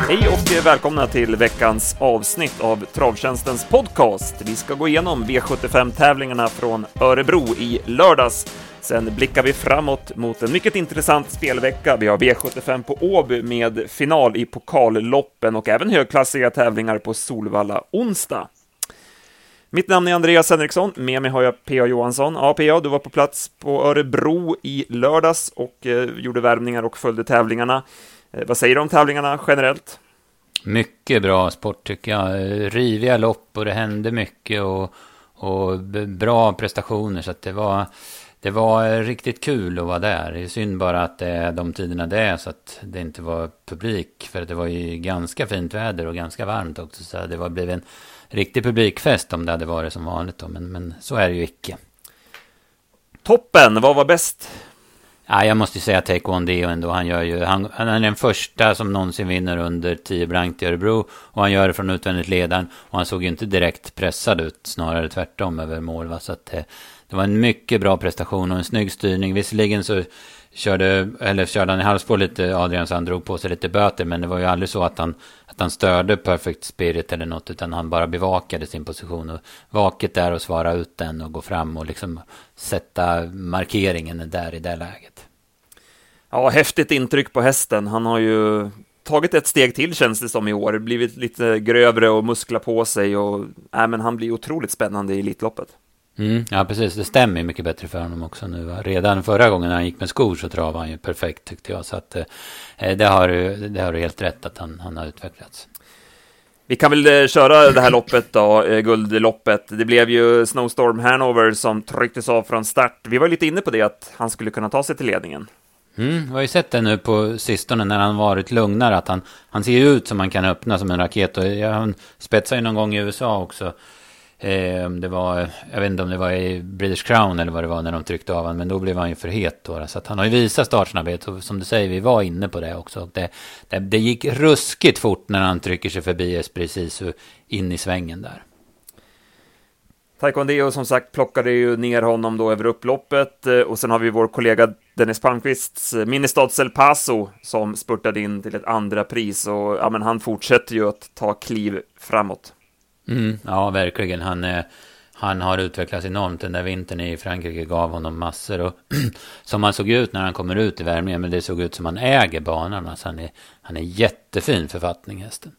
Hej och välkomna till veckans avsnitt av Travtjänstens podcast. Vi ska gå igenom V75-tävlingarna från Örebro i lördags. Sen blickar vi framåt mot en mycket intressant spelvecka. Vi har V75 på Åby med final i pokalloppen och även högklassiga tävlingar på Solvalla onsdag. Mitt namn är Andreas Henriksson, med mig har jag P.A. Johansson. Ja, P.A., du var på plats på Örebro i lördags och gjorde värmningar och följde tävlingarna. Vad säger du om tävlingarna generellt? Mycket bra sport tycker jag. Riviga lopp och det hände mycket och bra prestationer, så att det var riktigt kul att vara där. Det är synd bara att det är de tiderna det är, så att det inte var publik, för det var ju ganska fint väder och ganska varmt också, så det var blivit en riktig publikfest om det hade varit som vanligt då, men så är det ju icke. Toppen, vad var bäst? Ja, jag måste ju säga Taekwondo ändå. Han är den första som någonsin vinner under 10 blankt i Örebro, och han gör det från utvändigt ledaren, och han såg ju inte direkt pressad ut, snarare tvärtom över mål, va? Så att det var en mycket bra prestation och en snygg styrning. Visserligen så körde han i halvspår lite, Adrian, så han drog på sig lite böter, men det var ju aldrig så att han störde Perfect Spirit eller något, utan han bara bevakade sin position, och vaket där och svara ut den och gå fram och liksom sätta markeringen där i det läget. Ja, häftigt intryck på hästen. Han har ju tagit ett steg till, känns det som, i år. Blivit lite grövre och muskla på sig, och men han blir otroligt spännande i Elitloppet. Ja, precis. Det stämmer mycket bättre för honom också nu. Redan förra gången när han gick med skor så travade han ju perfekt, tyckte jag. Så att det har du helt rätt att han har utvecklats. Vi kan väl köra det här loppet då, guldloppet. Det blev ju Snowstorm Hanover som trycktes av från start. Vi var lite inne på det, att han skulle kunna ta sig till ledningen. Vi har ju sett det nu på sistone när han varit lugnare, att han ser ut som man kan öppna som en raket, och han spetsar ju någon gång i USA också. Det var, jag vet inte om det var i British Crown eller vad det var när de tryckte av han, men då blev han ju för het då, så att han har ju visat startsnabbhet, och som du säger, vi var inne på det också, och det gick ruskigt fort när han trycker sig förbi precis in i svängen där. Taekwondo som sagt plockade ju ner honom då över upploppet, och sen har vi vår kollega Dennis Palmqvists Ministads El Paso som spurtade in till ett andra pris, och men han fortsätter ju att ta kliv framåt. Ja, verkligen. Han har utvecklats enormt. Den där vintern i Frankrike gav honom massor, och som han såg ut när han kommer ut i värmningen, men det såg ut som han äger banan. Alltså han är jättefin författning, hästen.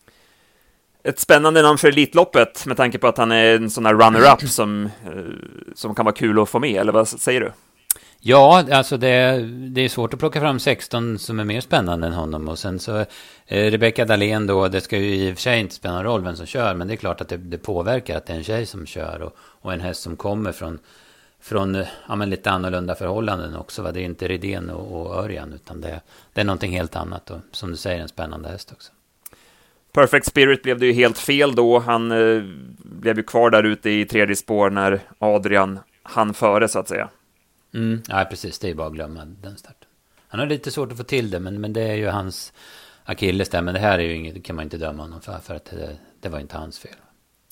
Ett spännande namn för Elitloppet, med tanke på att han är en sån här runner-up som kan vara kul att få med, eller vad säger du? Ja, alltså det är svårt att plocka fram 16 som är mer spännande än honom. Och sen så Rebecca Dahlén då, det ska ju i och för sig inte spela någon roll vem som kör, men det är klart att det påverkar att det är en tjej som kör, och en häst som kommer från lite annorlunda förhållanden också. Va? Det är inte Rydén och Örjan, utan det är någonting helt annat, och som du säger, en spännande häst också. Perfect Spirit blev det ju helt fel då. Han blev ju kvar där ute i tredje spår när Adrian hann före, så att säga. Ja, precis. Det är bara att glömma den starten. Han har lite svårt att få till det, men det är ju hans akilles där. Men det här är ju inget, kan man inte döma honom för att det var inte hans fel.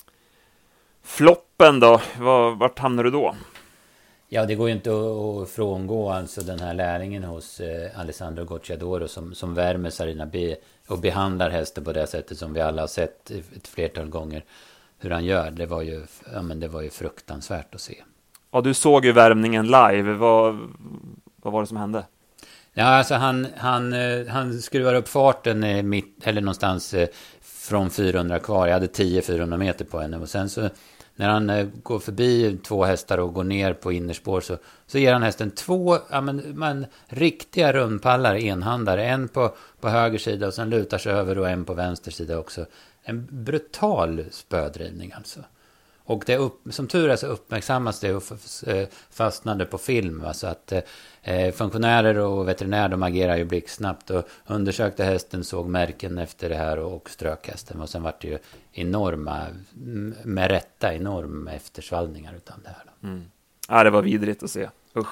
Floppen då? Vart hamnar du då? Ja, det går ju inte att frångå alltså den här lärlingen hos Alessandro Gocciadoro som värmer Sarina B och behandlar hästen på det sättet som vi alla har sett ett flertal gånger hur han gör. Det var ju fruktansvärt att se. Ja, du såg ju värmningen live. Vad var det som hände? Ja, alltså han skruvar upp farten eller någonstans från 400 kvar. Jag hade 10-400 meter på henne, och sen så när han går förbi 2 hästar och går ner på innerspår så ger han hästen 2 riktiga rundpallar, enhandare. En på höger sida och sen lutar sig över, och en på vänster sida också. En brutal spödrivning alltså. Och som tur är så uppmärksammas det och fastnade på film. Va? Så att funktionärer och veterinärer, de agerar ju blixtsnabbt och undersökte hästen, såg märken efter det här och strök hästen. Och sen var det ju med rätta enorma eftersvallningar utan det här. Då. Ja, det var vidrigt att se. Usch.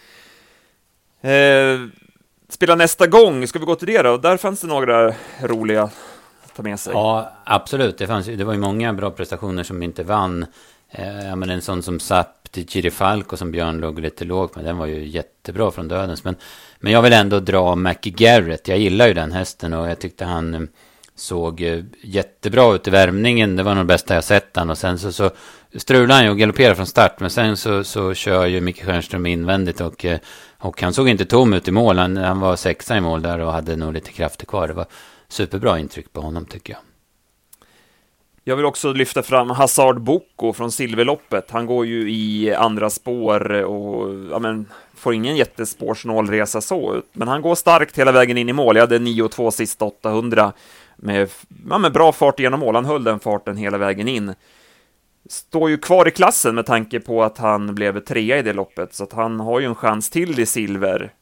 Spela nästa gång, ska vi gå till det då? Där fanns det några roliga att ta med sig. Ja, absolut. Det var ju många bra prestationer som inte vann. Men en sån som Zapp till Giri Falco som Björn låg lite lågt med, den var ju jättebra från dödens. Men jag vill ändå dra Mackie Garrett. Jag gillar ju den hästen och jag tyckte han såg jättebra ut i värmningen. Det var nog det bästa jag sett han. Och sen så strulade han ju och galopperade från start. Men sen så kör ju Micke Stjernström invändigt och han såg inte tom ut i mål. Han var 6 i mål där och hade nog lite krafter kvar. Det var superbra intryck på honom tycker jag. Jag vill också lyfta fram Hazard Boko från Silverloppet. Han går ju i andra spår och får ingen jättespårsnål resa så ut. Men han går starkt hela vägen in i mål. Jag hade 9,2 sista 800 med bra fart genom mål. Han höll den farten hela vägen in. Står ju kvar i klassen med tanke på att han blev 3 i det loppet. Så att han har ju en chans till i silver.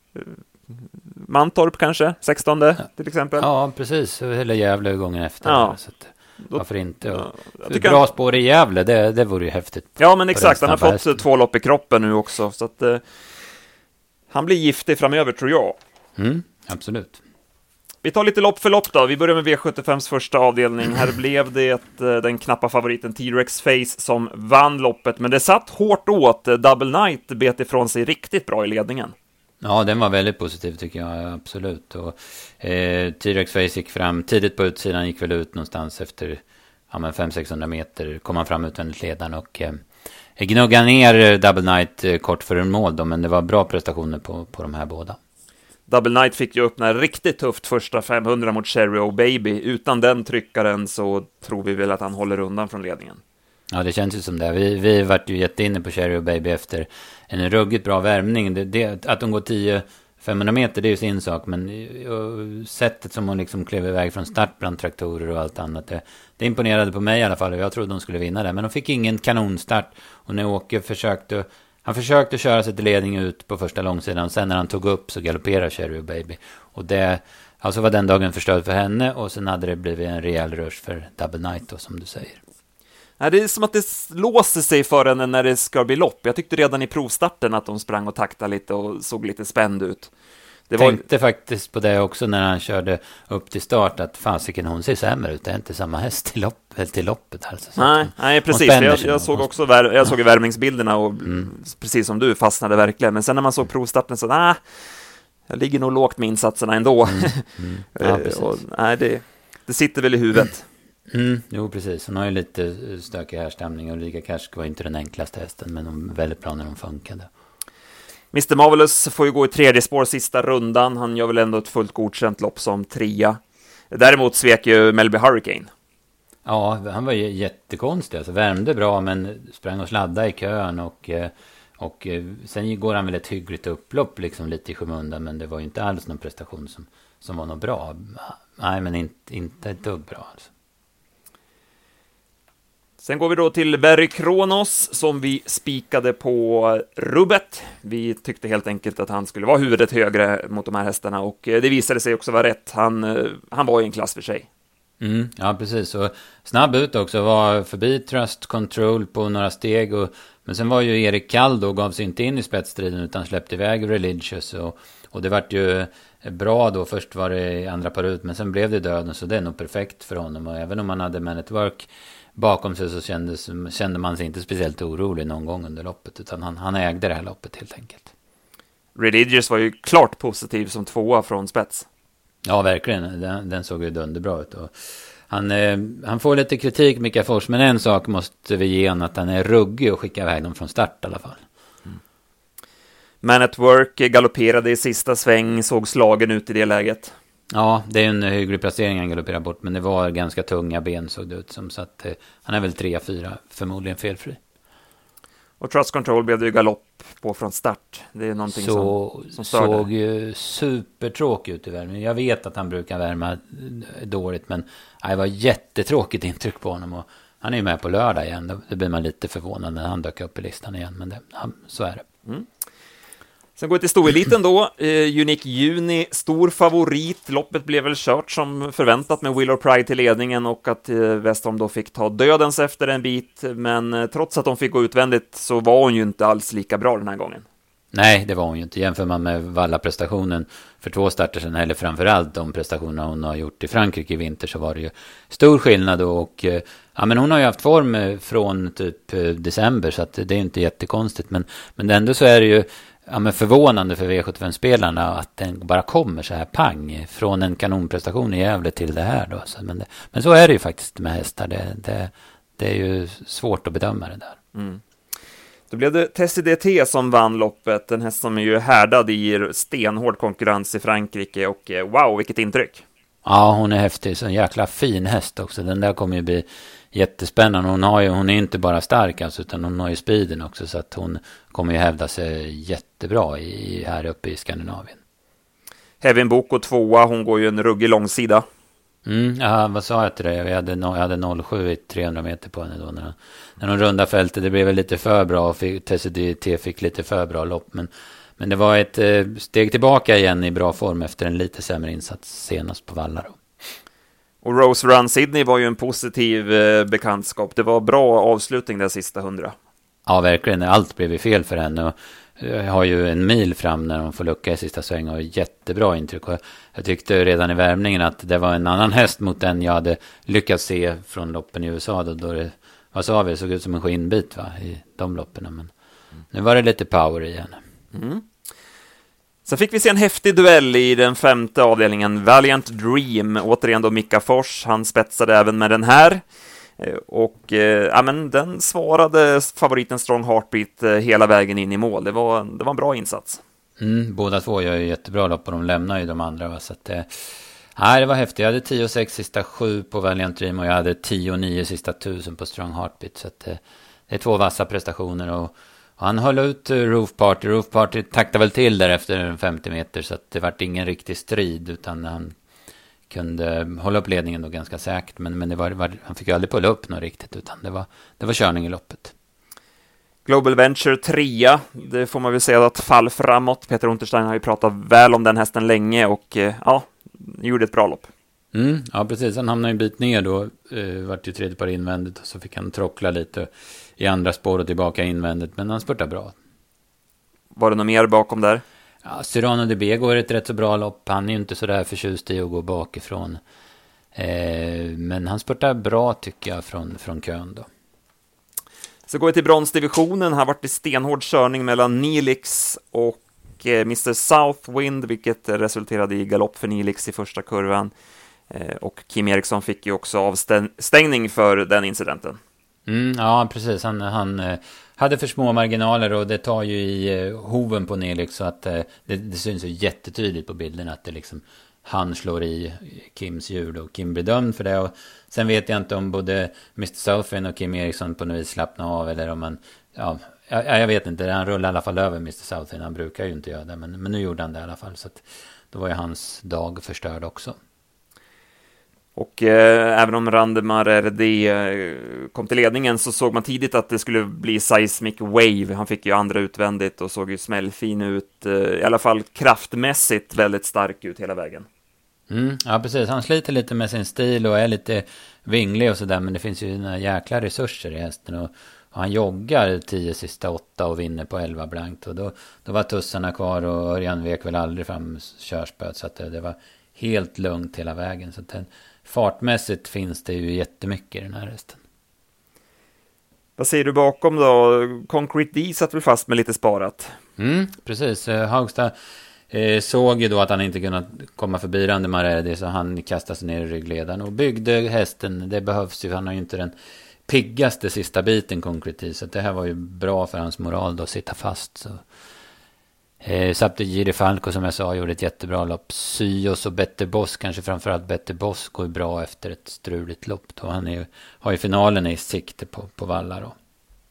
Mantorp kanske, 16 till exempel. Ja, precis. Hela Gävle gången efter. Ja. Så att, varför inte? Bra spår i Gävle, det vore ju häftigt. Ja, men exakt. Han har fått 2 lopp i kroppen nu också. Så att han blir giftig framöver, tror jag. Absolut. Vi tar lite lopp för lopp då. Vi börjar med V75s första avdelning. Här blev det den knappa favoriten T-Rex Face som vann loppet. Men det satt hårt åt. Double Knight bet ifrån sig riktigt bra i ledningen. Ja, den var väldigt positiv tycker jag, absolut. Och T-Rex Face gick fram tidigt på utsidan, gick väl ut någonstans efter 500-600 meter. Kom han fram utvändigt ledaren och gnugga ner Double Knight kort för en mål då, men det var bra prestationer på de här båda. Double Knight fick ju öppna riktigt tufft första 500 mot Cherry O Baby. Utan den tryckaren så tror vi väl att han håller undan från ledningen. Ja, det känns ju som det. Vi vart ju jätteinne på Cherry O Baby efter en ruggigt bra värmning. Att de går 10-500 meter, det är ju sin sak. Men sättet som hon liksom klev iväg från start bland traktorer och allt annat, det imponerade på mig i alla fall. Jag trodde de skulle vinna det. Men de fick ingen kanonstart. Och när Åke försökte köra sig till ledning ut på första långsidan. Sen när han tog upp så galopperade Cherry O Baby. Och det alltså var den dagen förstörd för henne. Och sen hade det blivit en rejäl rush för Double Knight då, som du säger. Nej, det är som att det låser sig för henne när det ska bli lopp. Jag tyckte redan i provstarten att de sprang och taktade lite och såg lite spänd ut. Tänkte faktiskt på det också när han körde upp till start, att fasiken, hon ser sämre ut. Det är inte samma häst till loppet. Alltså, nej, precis. Jag såg också såg värmningsbilderna och precis som du fastnade verkligen. Men sen när man såg provstarten så jag ligger nog lågt med insatserna ändå. Ja, precis. Det sitter väl i huvudet. Jo, precis. Hon har ju lite stökig härstämning och Ulrika Karsk var inte den enklaste hästen, men hon var väldigt bra när de funkade. Mr. Marvelous får ju gå i 3:e spår sista rundan. Han gör väl ändå ett fullt godkänt lopp som 3. Däremot svek ju Melby Hurricane. Ja, han var ju jättekonstig. Alltså, värmde bra men sprang och sladdade i kön och sen går han väl ett hyggligt upplopp liksom lite i skymundan, men det var ju inte alls någon prestation som var något bra. Nej, men inte ett dugg bra alltså. Sen går vi då till Berry Kronos som vi spikade på rubbet. Vi tyckte helt enkelt att han skulle vara huvudet högre mot de här hästarna och det visade sig också vara rätt. Han var i en klass för sig. Ja, precis. Och snabb ut också, var förbi Trust Control på några steg. Men sen var ju Erik Kall då, gav sig inte in i spetsstriden utan släppte iväg Religious. Och det vart ju bra då. Först var det andra par ut, men sen blev det döden. Så det är nog perfekt för honom. Och även om han hade Man at Work bakom sig så kände man sig inte speciellt orolig någon gång under loppet. Utan han ägde det här loppet helt enkelt. Religious var ju klart positiv som 2 från spets. Ja, verkligen. Den såg ju dunderbra ut. Och han får lite kritik, Mika Fors, men en sak måste vi ge honom, att han är ruggig och skickar iväg dem från start i alla fall. Man at Work galopperade i sista sväng, såg slagen ut i det läget. Ja, det är en hygglig placering han galopperar bort, men det var ganska tunga ben såg det ut som, så att han är väl 3-4, förmodligen felfri. Och Trust Control blev det ju galopp på från start. Det är någonting som störde. Såg ju supertråkigt ut i värmen. Jag vet att han brukar värma dåligt, men det var jättetråkigt intryck på honom. Och han är ju med på lördag igen. Det blir man lite förvånad när han dök upp i listan igen, men så är det. Sen går vi till stoeliten då. Unique Juni, stor favorit. Loppet blev väl kört som förväntat med Willow Pride till ledningen och att Westholm då fick ta dödens efter en bit. Men trots att de fick gå utvändigt så var hon ju inte alls lika bra den här gången. Nej, det var hon ju inte. Jämför man med Valla-prestationen för 2 starter sedan, eller framförallt de prestationerna hon har gjort i Frankrike i vinter, så var det ju stor skillnad. Och men hon har ju haft form från typ december, så att det är inte jättekonstigt. Men ändå så är det ju men förvånande för V75-spelarna att den bara kommer så här pang från en kanonprestation i Gävle till det här då. Men så är det ju faktiskt med hästar. Det är ju svårt att bedöma det där. Mm. Då blev det Tessie DT som vann loppet, en häst som är ju härdad i stenhård konkurrens i Frankrike, och wow, vilket intryck. Ja, hon är häftig, så en jäkla fin häst också. Den där kommer ju bli jättespännande. Hon är inte bara stark alltså, utan hon har ju speeden också, så att hon kommer ju hävda sig jättebra här uppe i Skandinavien. Hevin Boko 2, hon går ju en ruggig långsida. Ja, vad sa jag till dig? Jag hade 0,7 i 300 meter på henne då när hon rundade fältet. Det blev väl lite för bra, TCDT fick lite för bra lopp, men det var ett steg tillbaka igen i bra form efter en lite sämre insats senast på Valla då. Och Rose Run Sydney var ju en positiv bekantskap. Det var bra avslutning där sista 100. Ja, verkligen. Allt blev ju fel för henne, och jag har ju en mil fram när hon får lucka i sista sväng, och jättebra intryck. Och jag tyckte redan i värmningen att det var en annan häst mot den jag hade lyckats se från loppen i USA då det, vad sa vi, såg ut som en skinnbit i de loppen, men nu var det lite power i henne. Sen fick vi se en häftig duell i den 5:e avdelningen, Valiant Dream, återigen då Mika Fors, han spetsade även med den här. Och men den svarade favoriten Strong Heartbeat hela vägen in i mål. Det var en bra insats. Båda två gör ju jättebra lopp, och de lämnar ju de andra. Så att, det var häftigt. Jag hade 10,6 sista 7 på Valiant Dream, och jag hade 10,9 sista 1000 på Strong Heartbeat. Så att, det är 2 vassa prestationer, och han höll ut Roof Party. Roof Party taktade väl till där efter 50 meter, så att det var ingen riktig strid, utan han kunde hålla upp ledningen då ganska säkert, men han fick ju aldrig pulla upp något riktigt, utan det var körning i loppet. Global Venture 3, det får man väl säga att fall framåt. Peter Unterstein har ju pratat väl om den hästen länge, och gjorde ett bra lopp. Ja, precis. Han hamnade en bit ner då, vart ju tredje par invändigt, och så fick han trockla lite i andra spår och tillbaka invändigt, men han spurtade bra. Var det något mer bakom där? Ja, Cyrano de B går ett rätt så bra lopp. Han är ju inte så där förtjust i att gå bakifrån. Men han spurtar bra tycker jag från kön då. Så går vi till bronsdivisionen. Här vart det stenhård körning mellan Nilix och Mr. Southwind, vilket resulterade i galopp för Nilix i första kurvan. Och Kim Eriksson fick ju också avstängning för den incidenten. Ja, precis. Han hade för små marginaler, och det tar ju i hoven på Nilix, så att det syns ju jättetydligt på bilden att det liksom han slår i Kims hjul, och Kim blir dömd för det. Och sen vet jag inte om både Mr. Southwind och Kim Eriksson på något vis slappnar av, eller om man, jag vet inte. Han rullar i alla fall över Mr. Southwind. Han brukar ju inte göra det, men nu gjorde han det i alla fall, så att då var ju hans dag förstörd också. Och även om Randemar RD kom till ledningen, så såg man tidigt att det skulle bli Seismic Wave. Han fick ju andra utvändigt och såg ju smällfin ut, i alla fall kraftmässigt väldigt stark ut hela vägen. Ja, precis. Han sliter lite med sin stil och är lite vinglig och sådär, men det finns ju några jäkla resurser i hästen, och han joggar 10 sista 8 och vinner på 11 blankt, och då var tussarna kvar, och Örjan vek väl aldrig fram körspöt, så att det var helt lugnt hela vägen, så att fartmässigt finns det ju jättemycket i den här hästen. Vad säger du bakom då? Concrete D satt väl fast med lite sparat? Precis. Haugstad såg ju då att han inte kunnat komma förbi Randemar RD, så han kastade sig ner i ryggledaren och byggde hästen. Det behövs ju, han har ju inte den piggaste sista biten Concrete D, så det här var ju bra för hans moral då att sitta fast. Så Sapti Giri Falco, som jag sa, gjorde ett jättebra lopp. Syos och Bette Boss, kanske framförallt Bette Boss, går bra efter ett struligt lopp då. Han har ju finalen i sikte på Valla då.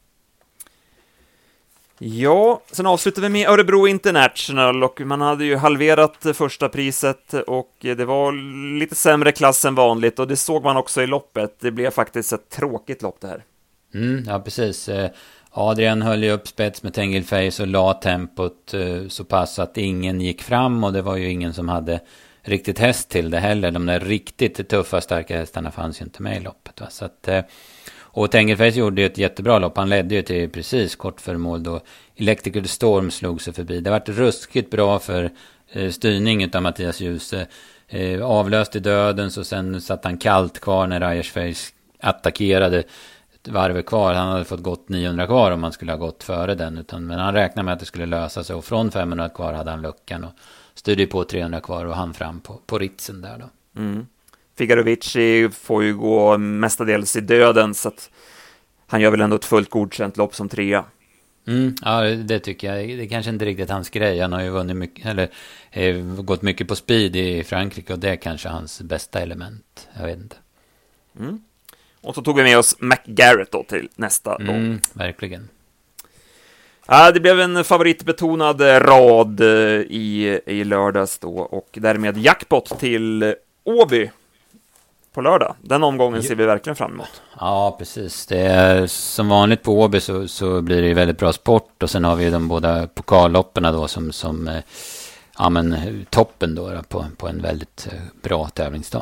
Ja, sen avslutar vi med Örebro International, och man hade ju halverat första priset, och det var lite sämre klass än vanligt, och det såg man också i loppet. Det blev faktiskt ett tråkigt lopp det här. Ja, precis. Adrian höll ju upp spets med Tengelface och la tempot så pass att ingen gick fram, och det var ju ingen som hade riktigt häst till det heller. De där riktigt tuffa starka hästarna fanns ju inte med i loppet, va? Så att, och Tengelface gjorde ju ett jättebra lopp. Han ledde ju till precis kort för mål då Electrical Storm slog sig förbi. Det var ruskigt bra för styrning utav Mattias Djuse. Avlöst i döden, så sen satt han kallt kvar när Ryersface attackerade varv kvar. Han hade fått gått 900 kvar om man skulle ha gått före den. Men han räknade med att det skulle lösa sig. Och från 500 kvar hade han luckan. Och styrde på 300 kvar och han fram på ritsen där då. Figarovici får ju gå mestadels i döden. Så att han gör väl ändå ett fullt godkänt lopp som 3. Ja, det tycker jag. Det är kanske inte riktigt hans grej. Han har ju vunnit mycket, eller gått mycket på speed i Frankrike. Och det är kanske hans bästa element. Jag vet inte. Och så tog vi med oss McGarrett då till nästa lopp. Verkligen. Ja, det blev en favoritbetonad rad i lördags då. Och därmed jackpot till Åby på lördag. Den omgången ser vi verkligen fram emot. Ja, precis. Det är, som vanligt på Åby så blir det ju väldigt bra sport. Och sen har vi ju de båda pokallopperna då som toppen då på en väldigt bra tävlingsdag.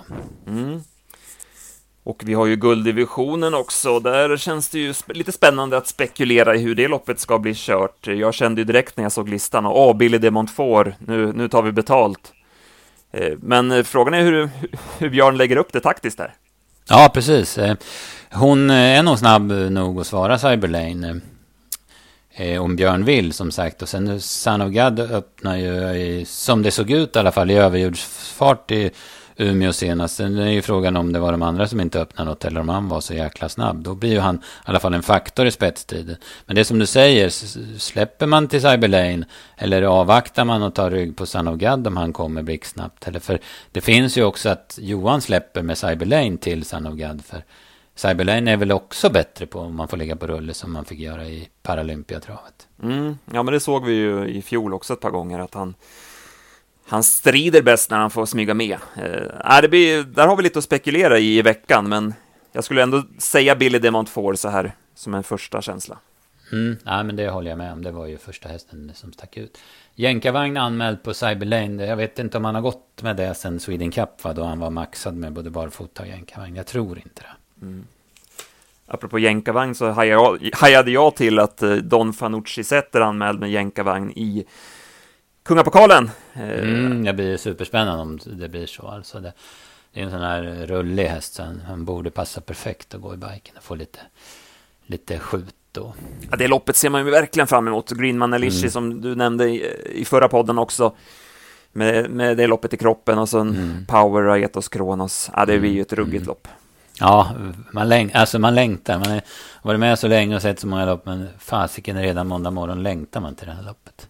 Och vi har ju gulddivisionen också. Där känns det ju lite spännande att spekulera i hur det loppet ska bli kört. Jag kände ju direkt när jag såg listan och Billy de Montfort, nu tar vi betalt. Men frågan är hur Björn lägger upp det taktiskt där. Ja, precis. Hon är nog snabb nog att svara Cyberlane om Björn vill, som sagt. Och sen Son of God öppnar ju, som det såg ut i alla fall, i överljudsfart i Umeå senast. Sen är ju frågan om det var de andra som inte öppnade något eller om han var så jäkla snabb. Då blir ju han i alla fall en faktor i spetstiden. Men det som du säger, släpper man till Cyberlane eller avvaktar man och tar rygg på Son of God om han kommer blixtsnabbt? Eller för det finns ju också att Johan släpper med Cyberlane till Son of God, för Cyberlane är väl också bättre på om man får ligga på rulle som man fick göra i Paralympiatravet. Ja, men det såg vi ju i fjol också ett par gånger, att han strider bäst när han får smyga med. Där har vi lite att spekulera i veckan, men jag skulle ändå säga Billy de Montfort så här som en första känsla. Ja, men det håller jag med om. Det var ju första hästen som stack ut. Jänkarvagn anmäld på Cyberlane. Jag vet inte om han har gått med det sen Sweden Cup, då han var maxad med både barfota och jänkarvagn. Jag tror inte det. Apropå jänkarvagn så hajade jag till att Don Fanucci sätter anmäld med jänkarvagn i Kungapokalen. Det blir superspännande om det blir så. Alltså det är en sån här rullig häst, så han borde passa perfekt att gå i biken och få lite skjut då. Ja, det loppet ser man ju verkligen fram emot. Greenman Elishi som du nämnde i förra podden också. Med det loppet i kroppen och så Power Aetos Kronos. Ja, det blir ju ett ruggigt lopp. Ja, man längtar. Man har varit med så länge och sett så många lopp, men fasiken redan måndag morgon längtar man till det här loppet.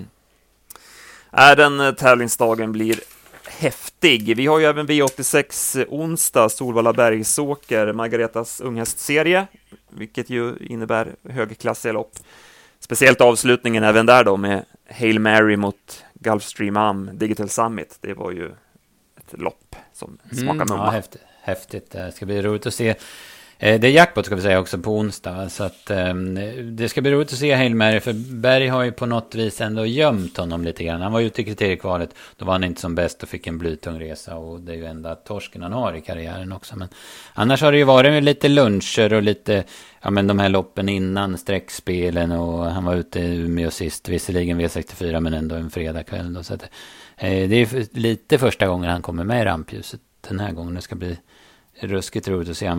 Den tävlingsdagen blir häftig. Vi har ju även V86 onsdag, Solvalla Bergsåker, Margaretas unghästserie, vilket ju innebär högklassiga lopp. Speciellt avslutningen även där då med Hail Mary mot Gulfstream Am Digital Summit. Det var ju ett lopp som smakar mumma. Ja, häftigt. Det ska bli roligt att se. Det är jackpot ska vi säga också på onsdag. Så att det ska bli roligt att se Hail Mary. För Berg har ju på något vis ändå gömt honom lite grann. Han var ute i kriteriekvalet. Då var han inte som bäst och fick en blytung resa. Och det är ju enda torsken han har i karriären också. Men annars har det ju varit lite luncher och lite, ja men de här loppen innan sträckspelen. Och han var ute i Umeå sist. Visserligen V64 men ändå en fredagkväll då. Så att, det är lite första gången han kommer med i rampljuset den här gången. Det ska bli ruskigt roligt att se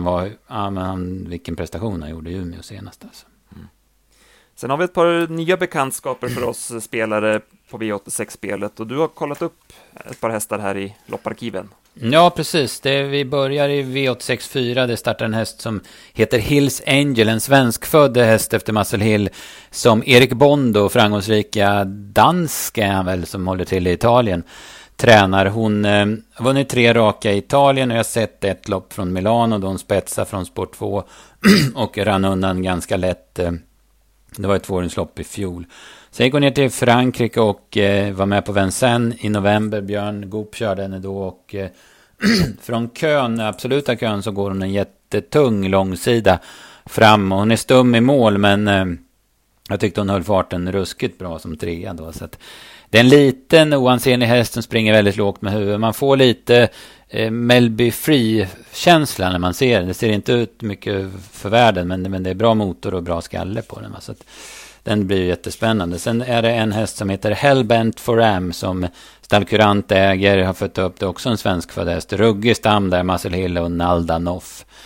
vilken prestation han gjorde i Umeå senast. Alltså. Sen har vi ett par nya bekantskaper för oss spelare på V86-spelet. Och du har kollat upp ett par hästar här i lopparkiven. Ja, precis. Vi börjar i V86-4. Det startar en häst som heter Hills Angel. En svenskfödd häst efter Muscle Hill. Som Erik Bondo, framgångsrika dansk är han väl, som håller till i Italien, tränar. Hon har vunnit 3 raka i Italien och jag har sett ett lopp från Milano då hon spetsar från sport 2 och rann undan ganska lätt. Det var ett tvååringslopp i fjol. Sen gick hon ner till Frankrike och var med på Vincennes i november. Björn Goop körde henne då och från absoluta kön så går hon en jättetung långsida fram och hon är stum i mål, men jag tyckte hon höll farten ruskigt bra som 3 då, så att det är en liten oansenlig häst som springer väldigt lågt med huvudet. Man får lite Melby Free-känsla när man ser den. Det ser inte ut mycket för världen, men det är bra motor och bra skalle på den. Så att den blir jättespännande. Sen är det en häst som heter Hellbent for Am som Stallkurant äger. Har fått upp det också, en svensk född häst. Ruggig stam där, Muscle Hill och Nalda Noff.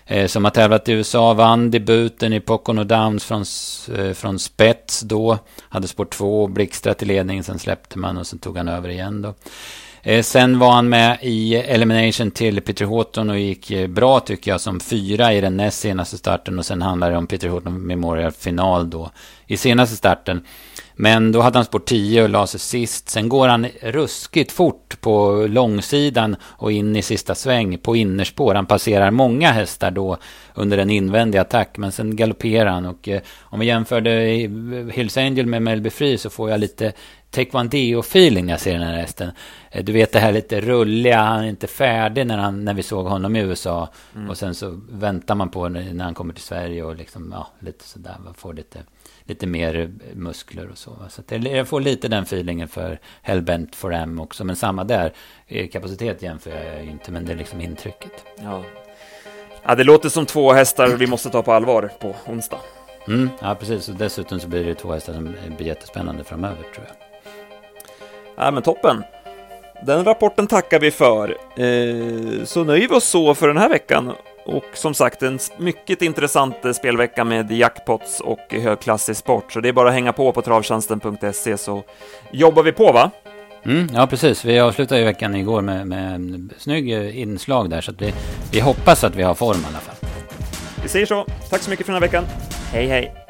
som har tävlat i USA, vann debuten i Pocono Downs från spets då, hade spår 2 och blixtrat i ledningen, sen släppte man och sen tog han över igen då. Sen var han med i Elimination till Peter Houghton och gick bra tycker jag som 4 i den näst senaste starten, och sen handlar det om Peter Houghton Memorial final då i senaste starten. Men då hade han spår 10 och la sig sist. Sen går han ruskigt fort på långsidan och in i sista sväng på innerspår. Han passerar många hästar då under en invändig attack, men sen galopperar han. Och om vi jämförde Hills Angel med Melby Free så får jag lite Taekwondo-feeling när jag ser den här hästen. Du vet det här lite rulliga, han är inte färdig när vi såg honom i USA. Och sen så väntar man på när han kommer till Sverige och liksom, ja, lite sådär, man får lite mer muskler och så. Så att jag får lite den feelingen för Hellbent for M också. Men samma där, kapacitet jämför jag inte, men det är liksom intrycket. Ja, det låter som 2 hästar vi måste ta på allvar på onsdag. Ja, precis. Och dessutom så blir det 2 hästar som blir jättespännande framöver, tror jag. Ja, men toppen. Den rapporten tackar vi för. Så nöjer vi oss så för den här veckan. Och som sagt, en mycket intressant spelvecka med jackpots och högklassig sport. Så det är bara att hänga på travtjänsten.se så jobbar vi på, va? Ja, precis. Vi avslutade ju veckan igår med en snygg inslag där. Så att vi hoppas att vi har form i alla fall. Vi säger så. Tack så mycket för den här veckan. Hej, hej.